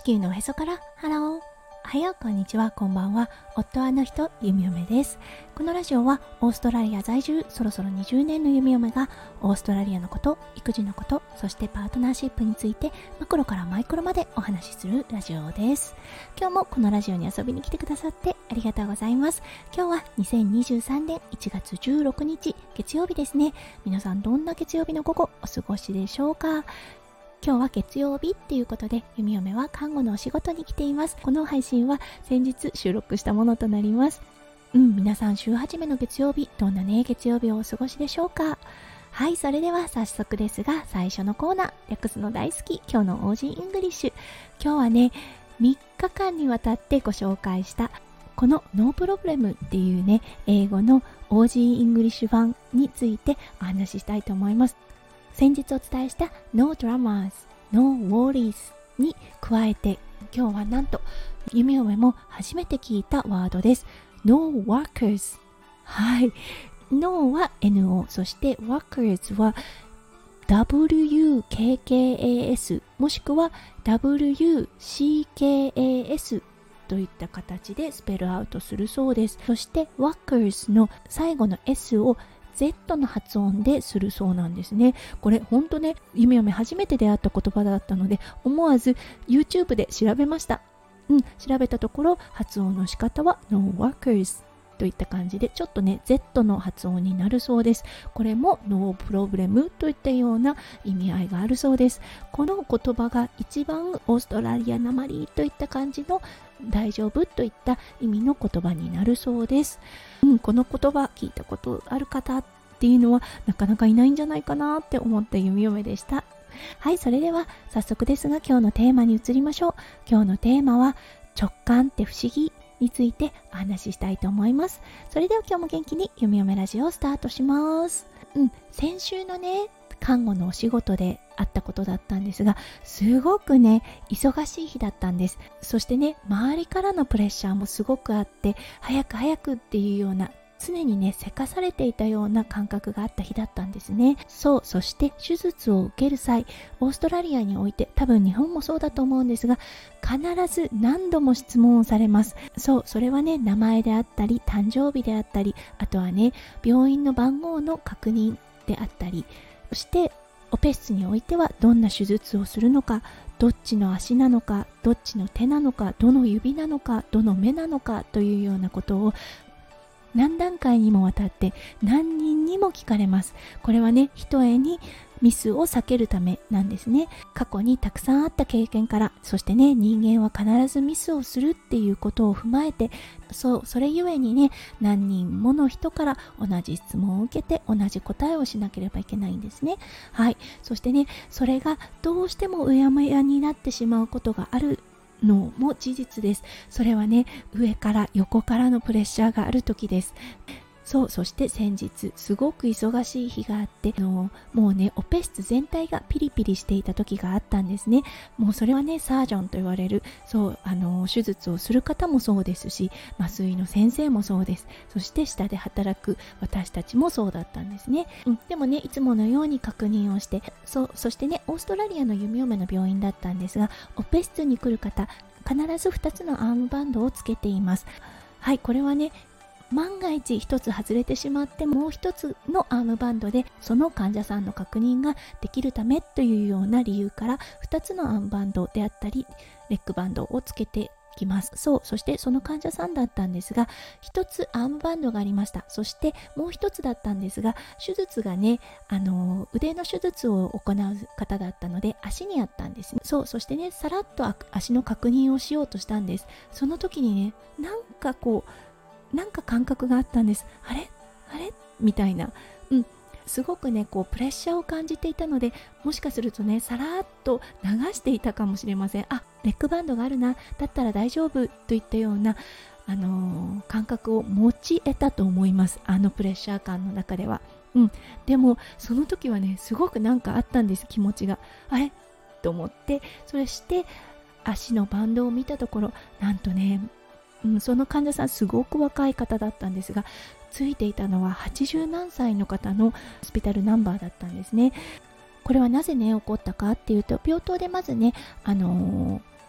球のおへそからハロー、おはよう、こんにちは、こんばんは。夫はの人、ゆみおめです。このラジオはオーストラリア在住そろそろ20年のゆみおめがオーストラリアのこと、育児のこと、そしてパートナーシップについてマクロからマイクロまでお話しするラジオです。今日もこのラジオに遊びに来てくださってありがとうございます。今日は2023年1月16日月曜日ですね。皆さんどんな月曜日の午後お過ごしでしょうか。今日は月曜日っていうことで、ゆみおめは看護のお仕事に来ています。この配信は先日収録したものとなります。皆さん週始めの月曜日、どんなね月曜日をお過ごしでしょうか。はい、それでは早速ですが、最初のコーナー、略すの大好き、今日の OG イングリッシュ。今日はね、3日間にわたってご紹介したこのノープロブレムっていうね、英語の OG イングリッシュ版についてお話ししたいと思います。先日お伝えした No dramas, no worries に加えて、今日はなんとゆみおめも初めて聞いたワードです。 No workers。 はい、 No は NO、 そして workers は WUKKAS もしくは WUCKAS といった形でスペルアウトするそうです。そして workers の最後の S をZ の発音でするそうなんですね。これほんとね、ゆみおめ初めて出会った言葉だったので、思わず YouTube で調べました。調べたところ、発音の仕方は No workers といった感じで、ちょっとね Z の発音になるそうです。これも No problem といったような意味合いがあるそうです。この言葉が一番オーストラリアなまりといった感じの大丈夫といった意味の言葉になるそうです。この言葉聞いたことある方っていうのはなかなかいないんじゃないかなって思ったゆみおめでした。はい、それでは早速ですが今日のテーマに移りましょう。今日のテーマは直感って不思議についてお話ししたいと思います。それでは今日も元気にゆみおめラジオをスタートします。先週のね看護のお仕事であったことだったんですが、すごくね忙しい日だったんです。そしてね周りからのプレッシャーもすごくあって、早く早くっていうような、常にねせかされていたような感覚があった日だったんですね。そして手術を受ける際、オーストラリアにおいて、多分日本もそうだと思うんですが、必ず何度も質問をされます。それはね名前であったり、誕生日であったり、あとはね病院の番号の確認であったり、そしてオペ室においてはどんな手術をするのか、どっちの足なのか、どっちの手なのか、どの指なのか、どの目なのかというようなことを何段階にもわたって何人にも聞かれます。これはねひとえにミスを避けるためなんですね。過去にたくさんあった経験から、そしてね人間は必ずミスをするっていうことを踏まえて、それゆえにね何人もの人から同じ質問を受けて同じ答えをしなければいけないんですね。はい、そしてねそれがどうしてもうやむやになってしまうことがあるのも事実です。それはね上から横からのプレッシャーがある時です。そして先日すごく忙しい日があって、もうねオペ室全体がピリピリしていた時があったんですね。もうそれはねサージョンと言われる手術をする方もそうですし、麻酔の先生もそうです。そして下で働く私たちもそうだったんですね。でもねいつものように確認をして、そしてねオーストラリアの弓嫁の病院だったんですが、オペ室に来る方必ず2つのアームバンドをつけています。はい、これはね万が一一つ外れてしまってもう一つのアームバンドでその患者さんの確認ができるためというような理由から2つのアームバンドであったりレッグバンドをつけてきます。そしてその患者さんだったんですが、一つアームバンドがありました。そしてもう一つだったんですが、手術がね腕の手術を行う方だったので足にあったんですね。そしてねさらっと足の確認をしようとしたんです。その時にねなんか感覚があったんです。あれみたいな、すごくねプレッシャーを感じていたので、もしかするとねさらっと流していたかもしれません。レッグバンドがあるな、だったら大丈夫といったような感覚を持ち得たと思います。プレッシャー感の中では。でもその時はねすごくなんかあったんです。気持ちがと思って、そして足のバンドを見たところ、なんとねその患者さんすごく若い方だったんですが、ついていたのは80何歳の方のホスピタルナンバーだったんですね。これはなぜね起こったかっていうと、病棟でまずね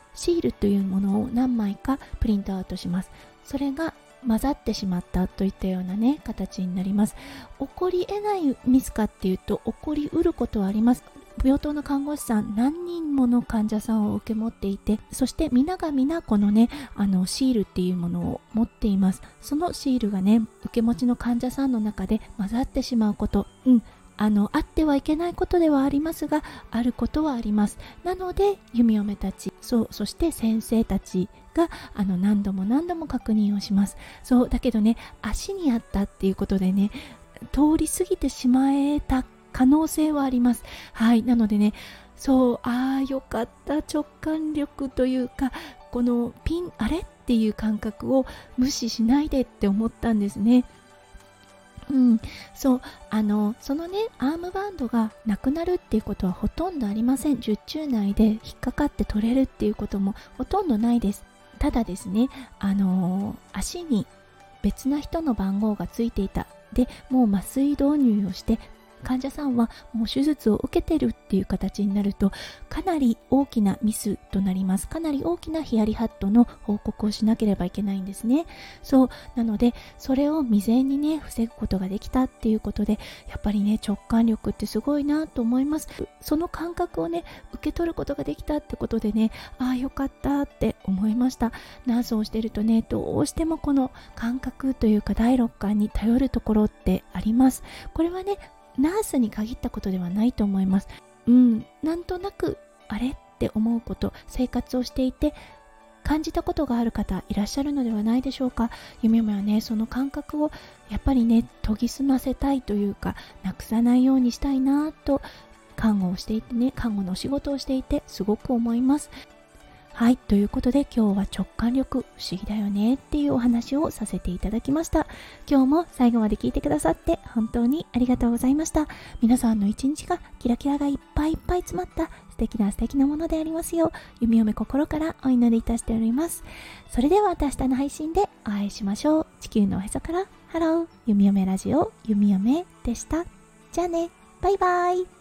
シールというものを何枚かプリントアウトします。それが混ざってしまったといったようなね形になります。起こり得ないミスかっていうと、起こりうることはあります。病棟の看護師さん何人もの患者さんを受け持っていて、そして皆が皆このねシールっていうものを持っています。そのシールがね受け持ちの患者さんの中で混ざってしまうこと、あってはいけないことではありますが、あることはあります。なので弓嫁たち、そして先生たちが何度も何度も確認をします。だけどね、足にあったっていうことでね、通り過ぎてしまえた可能性はあります。なのでね、よかった、直感力というか、このピンあれっていう感覚を無視しないでって思ったんですね。そのねアームバンドがなくなるっていうことはほとんどありません。術中内で引っかかって取れるっていうこともほとんどないです。ただですね、足に別な人の番号がついていた。でもう麻酔導入をして患者さんはもう手術を受けてるっていう形になると、かなり大きなミスとなります。かなり大きなヒヤリハットの報告をしなければいけないんですね。なのでそれを未然にね防ぐことができたっていうことで、やっぱりね直感力ってすごいなと思います。その感覚をね受け取ることができたってことでね、よかったって思いました。ナースをしてるとね、どうしてもこの感覚というか第六感に頼るところってあります。これはねナースに限ったことではないと思います。なんとなくあれって思うこと、生活をしていて感じたことがある方いらっしゃるのではないでしょうか。弓嫁はねその感覚をやっぱりね研ぎ澄ませたいというか、なくさないようにしたいなと看護をしていてね、看護のお仕事をしていてすごく思います。ということで今日は直感力不思議だよねっていうお話をさせていただきました。今日も最後まで聞いてくださって本当にありがとうございました。皆さんの一日がキラキラがいっぱいいっぱい詰まった素敵なものでありますよう、弓嫁心からお祈りいたしております。それでは明日の配信でお会いしましょう。地球のおへそからハロー、弓嫁ラジオ弓嫁でした。じゃあね、バイバイ。